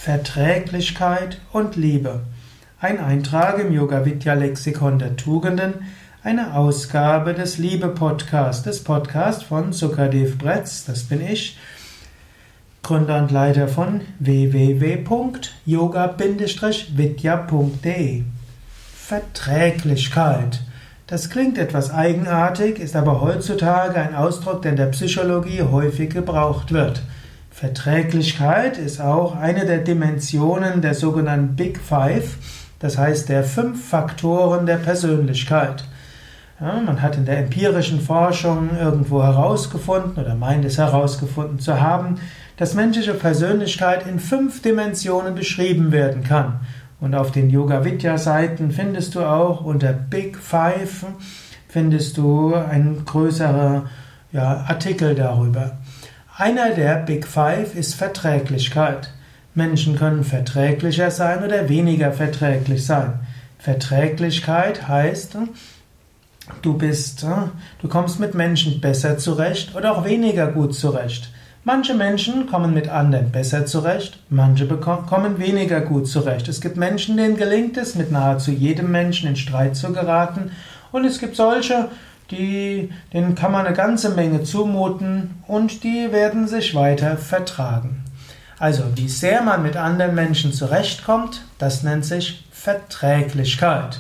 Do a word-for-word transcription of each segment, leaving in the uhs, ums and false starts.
Verträglichkeit und Liebe. Ein Eintrag im Yoga-Vidya-Lexikon der Tugenden, eine Ausgabe des Liebe-Podcasts, des Podcasts von Sukadev Bretz, das bin ich, Gründer und Leiter von w w w punkt yoga Bindestrich vidya punkt de. Verträglichkeit. Das klingt etwas eigenartig, ist aber heutzutage ein Ausdruck, der in der Psychologie häufig gebraucht wird. Verträglichkeit ist auch eine der Dimensionen der sogenannten Big Five, das heißt der fünf Faktoren der Persönlichkeit. Ja, man hat in der empirischen Forschung irgendwo herausgefunden oder meint es herausgefunden zu haben, dass menschliche Persönlichkeit in fünf Dimensionen beschrieben werden kann. Und auf den Yoga-Vidya-Seiten findest du auch unter Big Five findest du einen größeren ja, Artikel darüber. Einer der Big Five ist Verträglichkeit. Menschen können verträglicher sein oder weniger verträglich sein. Verträglichkeit heißt, du bist, du kommst mit Menschen besser zurecht oder auch weniger gut zurecht. Manche Menschen kommen mit anderen besser zurecht, manche kommen weniger gut zurecht. Es gibt Menschen, denen gelingt es, mit nahezu jedem Menschen in Streit zu geraten, und es gibt solche, die, denen kann man eine ganze Menge zumuten und die werden sich weiter vertragen. Also, wie sehr man mit anderen Menschen zurechtkommt, das nennt sich Verträglichkeit.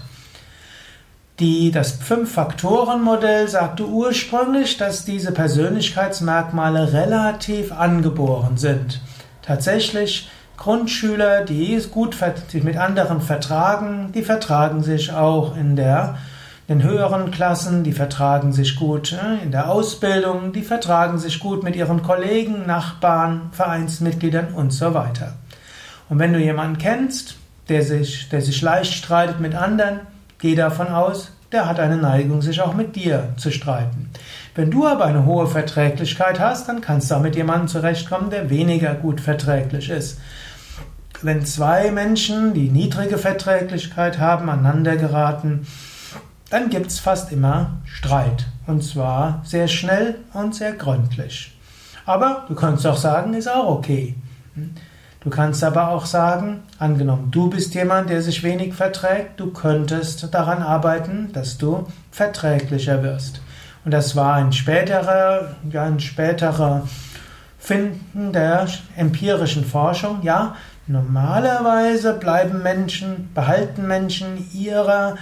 Die, das Fünf-Faktoren-Modell sagte ursprünglich, dass diese Persönlichkeitsmerkmale relativ angeboren sind. Tatsächlich, Grundschüler, die gut sich mit anderen vertragen, die vertragen sich auch in der in den höheren Klassen, die vertragen sich gut in der Ausbildung, die vertragen sich gut mit ihren Kollegen, Nachbarn, Vereinsmitgliedern und so weiter. Und wenn du jemanden kennst, der sich, der sich leicht streitet mit anderen, geh davon aus, der hat eine Neigung, sich auch mit dir zu streiten. Wenn du aber eine hohe Verträglichkeit hast, dann kannst du auch mit jemandem zurechtkommen, der weniger gut verträglich ist. Wenn zwei Menschen, die niedrige Verträglichkeit haben, aneinander geraten, dann gibt es fast immer Streit. Und zwar sehr schnell und sehr gründlich. Aber du kannst auch sagen, ist auch okay. Du kannst aber auch sagen, angenommen, du bist jemand, der sich wenig verträgt, du könntest daran arbeiten, dass du verträglicher wirst. Und das war ein späterer, ja, ein späterer Finden der empirischen Forschung. Ja, normalerweise bleiben Menschen, behalten Menschen ihre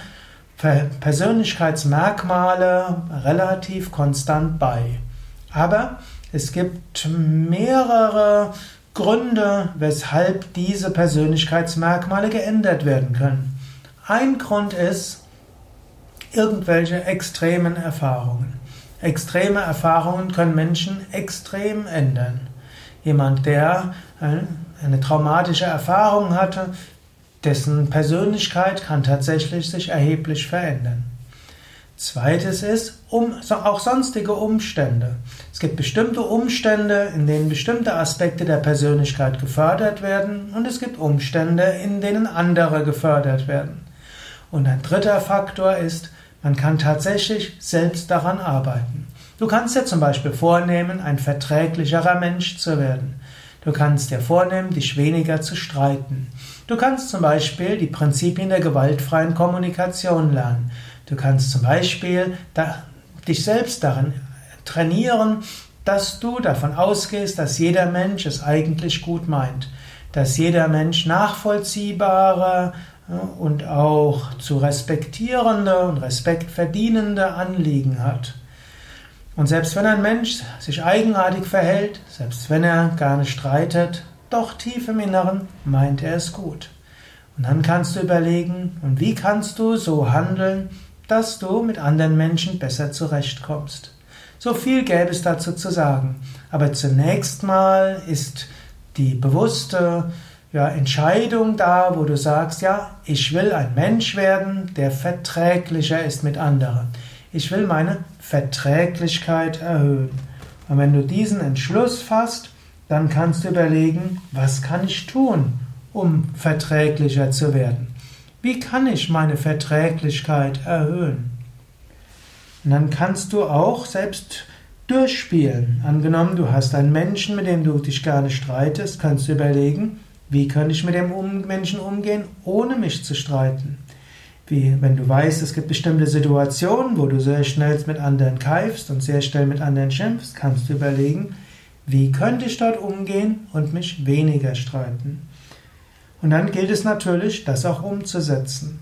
Persönlichkeitsmerkmale relativ konstant bei. Aber es gibt mehrere Gründe, weshalb diese Persönlichkeitsmerkmale geändert werden können. Ein Grund ist irgendwelche extremen Erfahrungen. Extreme Erfahrungen können Menschen extrem ändern. Jemand, der eine traumatische Erfahrung hatte, dessen Persönlichkeit kann tatsächlich sich erheblich verändern. Zweites ist um, auch sonstige Umstände. Es gibt bestimmte Umstände, in denen bestimmte Aspekte der Persönlichkeit gefördert werden, und es gibt Umstände, in denen andere gefördert werden. Und ein dritter Faktor ist, man kann tatsächlich selbst daran arbeiten. Du kannst dir zum Beispiel vornehmen, ein verträglicherer Mensch zu werden. Du kannst dir vornehmen, dich weniger zu streiten. Du kannst zum Beispiel die Prinzipien der gewaltfreien Kommunikation lernen. Du kannst zum Beispiel da, dich selbst daran trainieren, dass du davon ausgehst, dass jeder Mensch es eigentlich gut meint. Dass jeder Mensch nachvollziehbare und auch zu respektierende und respektverdienende Anliegen hat. Und selbst wenn ein Mensch sich eigenartig verhält, selbst wenn er gar nicht streitet, doch tief im Inneren meint er es gut. Und dann kannst du überlegen, und wie kannst du so handeln, dass du mit anderen Menschen besser zurechtkommst. So viel gäbe es dazu zu sagen. Aber zunächst mal ist die bewusste ja, Entscheidung da, wo du sagst, ja, ich will ein Mensch werden, der verträglicher ist mit anderen. Ich will meine Verträglichkeit erhöhen. Und wenn du diesen Entschluss fasst, dann kannst du überlegen, was kann ich tun, um verträglicher zu werden? Wie kann ich meine Verträglichkeit erhöhen? Und dann kannst du auch selbst durchspielen. Angenommen, du hast einen Menschen, mit dem du dich gerne streitest, kannst du überlegen, Wie könnte ich mit dem Menschen umgehen, ohne mich zu streiten? Wie, wenn du weißt, es gibt bestimmte Situationen, wo du sehr schnell mit anderen keifst und sehr schnell mit anderen schimpfst, kannst du überlegen, wie könnte ich dort umgehen und mich weniger streiten? Und dann gilt es natürlich, das auch umzusetzen.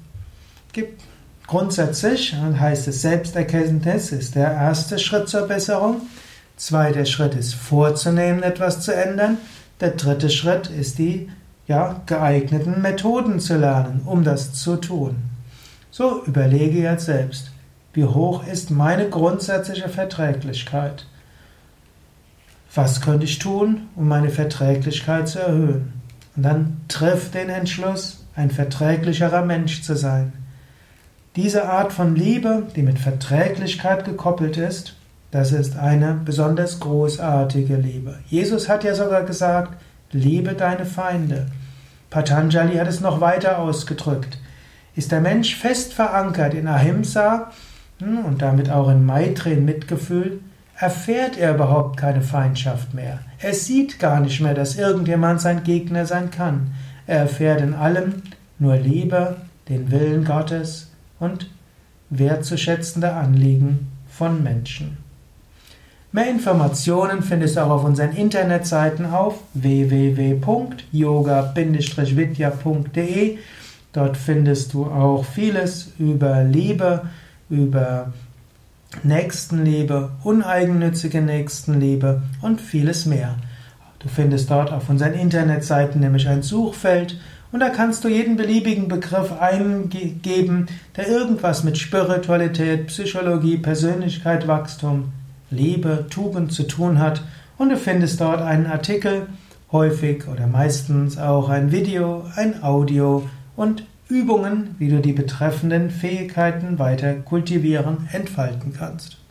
Grundsätzlich heißt es, Selbsterkenntnis ist der erste Schritt zur Besserung. Zweiter Schritt ist vorzunehmen, etwas zu ändern. Der dritte Schritt ist die ja, geeigneten Methoden zu lernen, um das zu tun. So, überlege jetzt selbst, wie hoch ist meine grundsätzliche Verträglichkeit? Was könnte ich tun, um meine Verträglichkeit zu erhöhen? Und dann triff den Entschluss, ein verträglicherer Mensch zu sein. Diese Art von Liebe, die mit Verträglichkeit gekoppelt ist, das ist eine besonders großartige Liebe. Jesus hat ja sogar gesagt, liebe deine Feinde. Patanjali hat es noch weiter ausgedrückt. Ist der Mensch fest verankert in Ahimsa und damit auch in Maitri, in Mitgefühl, erfährt er überhaupt keine Feindschaft mehr. Er sieht gar nicht mehr, dass irgendjemand sein Gegner sein kann. Er erfährt in allem nur Liebe, den Willen Gottes und wertzuschätzende Anliegen von Menschen. Mehr Informationen findest du auch auf unseren Internetseiten auf w w w punkt yoga Bindestrich vidya punkt de. Dort findest du auch vieles über Liebe, über Nächstenliebe, uneigennützige Nächstenliebe und vieles mehr. Du findest dort auf unseren Internetseiten nämlich ein Suchfeld und da kannst du jeden beliebigen Begriff eingeben, der irgendwas mit Spiritualität, Psychologie, Persönlichkeit, Wachstum, Liebe, Tugend zu tun hat und du findest dort einen Artikel, häufig oder meistens auch ein Video, ein Audio und Übungen, wie du die betreffenden Fähigkeiten weiter kultivieren, entfalten kannst.